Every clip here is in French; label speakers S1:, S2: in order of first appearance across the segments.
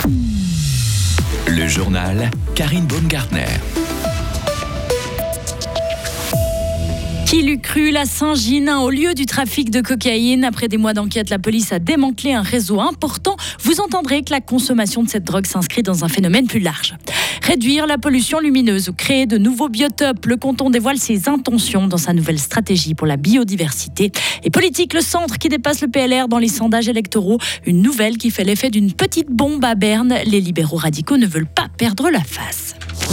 S1: Le journal Karine Baumgartner.
S2: Qui l'eût cru, la Saint-Gine, au lieu du trafic de cocaïne. Après des mois d'enquête, la police a démantelé un réseau important. Vous entendrez que la consommation de cette drogue s'inscrit dans un phénomène plus large. Réduire la pollution lumineuse ou créer de nouveaux biotopes. Le canton dévoile ses intentions dans sa nouvelle stratégie pour la biodiversité. Et politique, le centre qui dépasse le PLR dans les sondages électoraux. Une nouvelle qui fait l'effet d'une petite bombe à Berne. Les libéraux radicaux ne veulent pas perdre la face.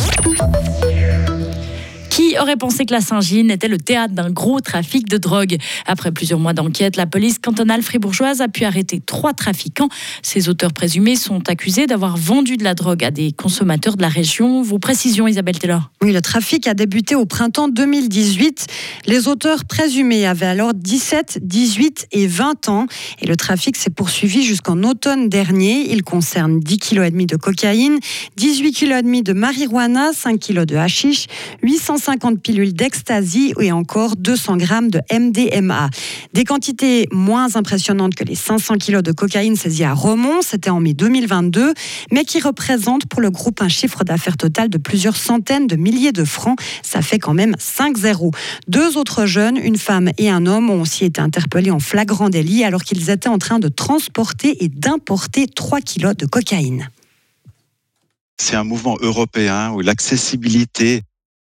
S2: Qui aurait pensé que la Saint-Gine était le théâtre d'un gros trafic de drogue ? Après plusieurs mois d'enquête, la police cantonale fribourgeoise a pu arrêter 3 trafiquants. Ces auteurs présumés sont accusés d'avoir vendu de la drogue à des consommateurs de la région. Vos précisions, Isabelle Taylor.
S3: Oui, le trafic a débuté au printemps 2018. Les auteurs présumés avaient alors 17, 18 et 20 ans. Et le trafic s'est poursuivi jusqu'en automne dernier. Il concerne 10,5 kg de cocaïne, 18,5 kg de marijuana, 5 kg de hashish, 850 pilules d'ecstasy et encore 200 grammes de MDMA. Des quantités moins impressionnantes que les 500 kg de cocaïne saisis à Romont, c'était en mai 2022, mais qui représentent pour le groupe un chiffre d'affaires total de plusieurs centaines de milliers de francs. Ça fait quand même 5-0. 2 autres jeunes, une femme et un homme, ont aussi été interpellés en flagrant délit alors qu'ils étaient en train de transporter et d'importer 3 kg de cocaïne.
S4: C'est un mouvement européen où l'accessibilité.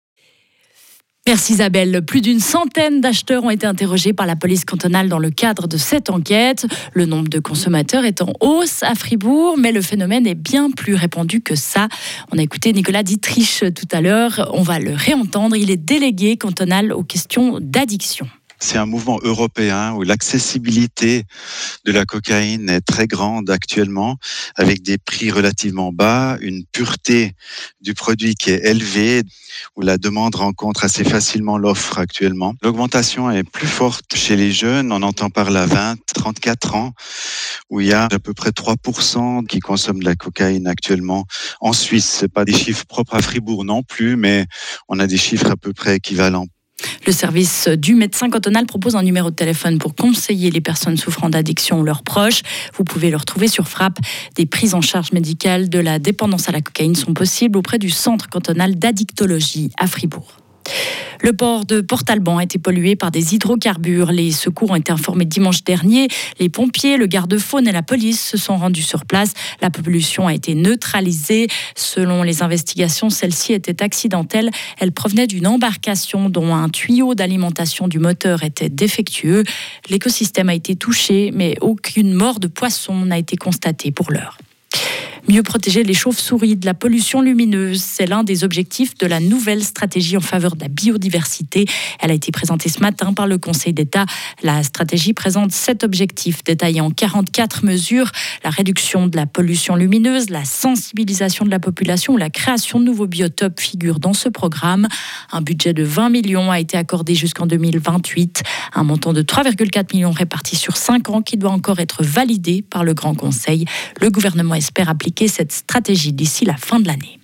S2: Merci Isabelle. Plus d'une centaine d'acheteurs ont été interrogés par la police cantonale dans le cadre de cette enquête. Le nombre de consommateurs est en hausse à Fribourg, mais le phénomène est bien plus répandu que ça. On a écouté Nicolas Dietrich tout à l'heure. On va le réentendre. Il est délégué cantonal aux questions d'addiction.
S4: C'est un mouvement européen où l'accessibilité de la cocaïne est très grande actuellement, avec des prix relativement bas, une pureté du produit qui est élevée, où la demande rencontre assez facilement l'offre actuellement. L'augmentation est plus forte chez les jeunes, on entend par là 20-34 ans, où il y a à peu près 3% qui consomment de la cocaïne actuellement. En Suisse, c'est pas des chiffres propres à Fribourg non plus, mais on a des chiffres à peu près équivalents.
S2: Le service du médecin cantonal propose un numéro de téléphone pour conseiller les personnes souffrant d'addiction ou leurs proches. Vous pouvez le retrouver sur Frappe. Des prises en charge médicales de la dépendance à la cocaïne sont possibles auprès du centre cantonal d'addictologie à Fribourg. Le port de Port-Alban a été pollué par des hydrocarbures. Les secours ont été informés dimanche dernier. Les pompiers, le garde-faune et la police se sont rendus sur place. La pollution a été neutralisée. Selon les investigations, celle-ci était accidentelle. Elle provenait d'une embarcation dont un tuyau d'alimentation du moteur était défectueux. L'écosystème a été touché, mais aucune mort de poisson n'a été constatée pour l'heure. Mieux protéger les chauves-souris de la pollution lumineuse, c'est l'un des objectifs de la nouvelle stratégie en faveur de la biodiversité. Elle a été présentée ce matin par le Conseil d'État. La stratégie présente 7 objectifs détaillés en 44 mesures. La réduction de la pollution lumineuse, la sensibilisation de la population ou la création de nouveaux biotopes figurent dans ce programme. Un budget de 20 millions a été accordé jusqu'en 2028. Un montant de 3,4 millions réparti sur 5 ans qui doit encore être validé par le Grand Conseil. Le gouvernement espère appliquer cette stratégie d'ici la fin de l'année.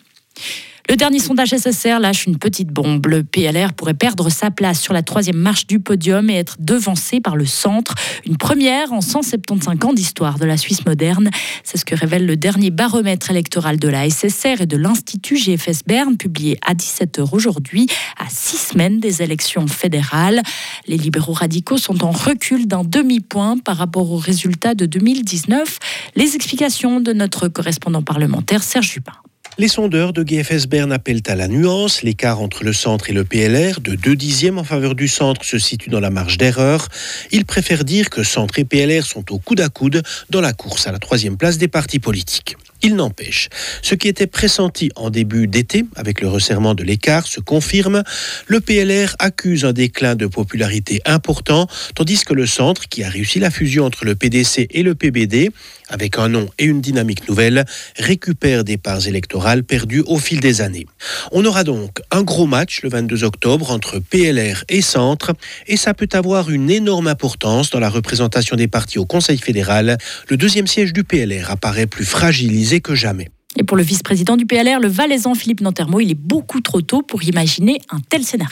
S2: Le dernier sondage SSR lâche une petite bombe. Le PLR pourrait perdre sa place sur la 3e marche du podium et être devancé par le centre. Une première en 175 ans d'histoire de la Suisse moderne. C'est ce que révèle le dernier baromètre électoral de la SSR et de l'Institut GFS Berne, publié à 17h aujourd'hui, à 6 semaines des élections fédérales. Les libéraux radicaux sont en recul d'un demi-point par rapport aux résultats de 2019. Les explications de notre correspondant parlementaire Serge Jupin.
S5: Les sondeurs de GFS Berne appellent à la nuance. L'écart entre le centre et le PLR, de 2 dixièmes en faveur du centre, se situe dans la marge d'erreur. Ils préfèrent dire que centre et PLR sont au coude à coude dans la course à la 3e place des partis politiques. Il n'empêche, ce qui était pressenti en début d'été, avec le resserrement de l'écart, se confirme. Le PLR accuse un déclin de popularité important, tandis que le centre, qui a réussi la fusion entre le PDC et le PBD, avec un nom et une dynamique nouvelle, récupère des parts électorales perdues au fil des années. On aura donc un gros match le 22 octobre entre PLR et centre, et ça peut avoir une énorme importance dans la représentation des partis au Conseil fédéral. Le 2e siège du PLR apparaît plus fragilisé que jamais.
S2: Et pour le vice-président du PLR, le Valaisan Philippe Nantermo, il est beaucoup trop tôt pour imaginer un tel scénario.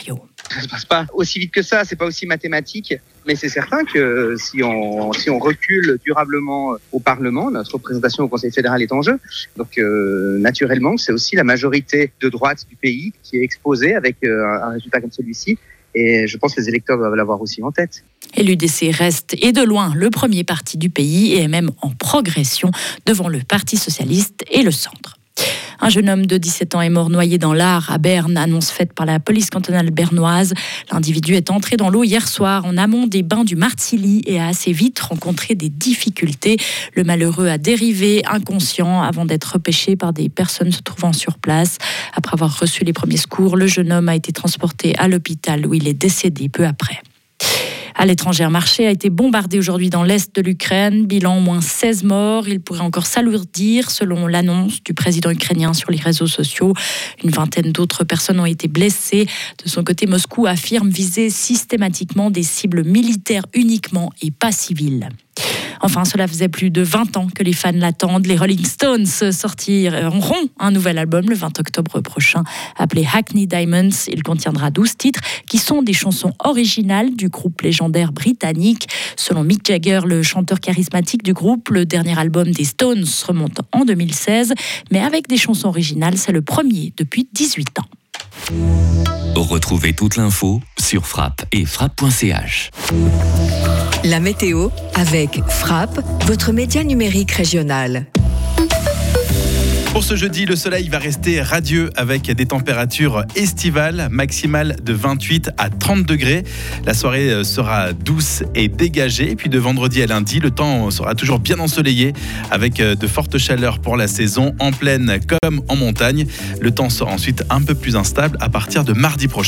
S6: Ça se passe pas aussi vite que ça, c'est pas aussi mathématique, mais c'est certain que si on recule durablement au Parlement, notre représentation au Conseil fédéral est en jeu. Donc naturellement, c'est aussi la majorité de droite du pays qui est exposée avec un résultat comme celui-ci. Et je pense que les électeurs doivent l'avoir aussi en tête.
S2: Et l'UDC reste, et de loin, le premier parti du pays et est même en progression devant le Parti socialiste et le centre. Un jeune homme de 17 ans est mort noyé dans l'Ar à Berne, annonce faite par la police cantonale bernoise. L'individu est entré dans l'eau hier soir en amont des bains du Martilly et a assez vite rencontré des difficultés. Le malheureux a dérivé inconscient avant d'être repêché par des personnes se trouvant sur place. Après avoir reçu les premiers secours, le jeune homme a été transporté à l'hôpital où il est décédé peu après. À l'étranger, un marché a été bombardé aujourd'hui dans l'est de l'Ukraine. Bilan, moins 16 morts. Il pourrait encore s'alourdir selon l'annonce du président ukrainien sur les réseaux sociaux. Une vingtaine d'autres personnes ont été blessées. De son côté, Moscou affirme viser systématiquement des cibles militaires uniquement et pas civiles. Enfin, cela faisait plus de 20 ans que les fans l'attendent. Les Rolling Stones sortiront un nouvel album le 20 octobre prochain, appelé Hackney Diamonds. Il contiendra 12 titres qui sont des chansons originales du groupe légendaire britannique. Selon Mick Jagger, le chanteur charismatique du groupe, le dernier album des Stones remonte en 2016. Mais avec des chansons originales, c'est le premier depuis 18 ans.
S1: Retrouvez toute l'info sur Frappe et frappe.ch.
S7: La météo avec Frappe, votre média numérique régional.
S8: Pour ce jeudi, le soleil va rester radieux avec des températures estivales maximales de 28 à 30 degrés. La soirée sera douce et dégagée. Et puis de vendredi à lundi, le temps sera toujours bien ensoleillé avec de fortes chaleurs pour la saison en plaine comme en montagne. Le temps sera ensuite un peu plus instable à partir de mardi prochain.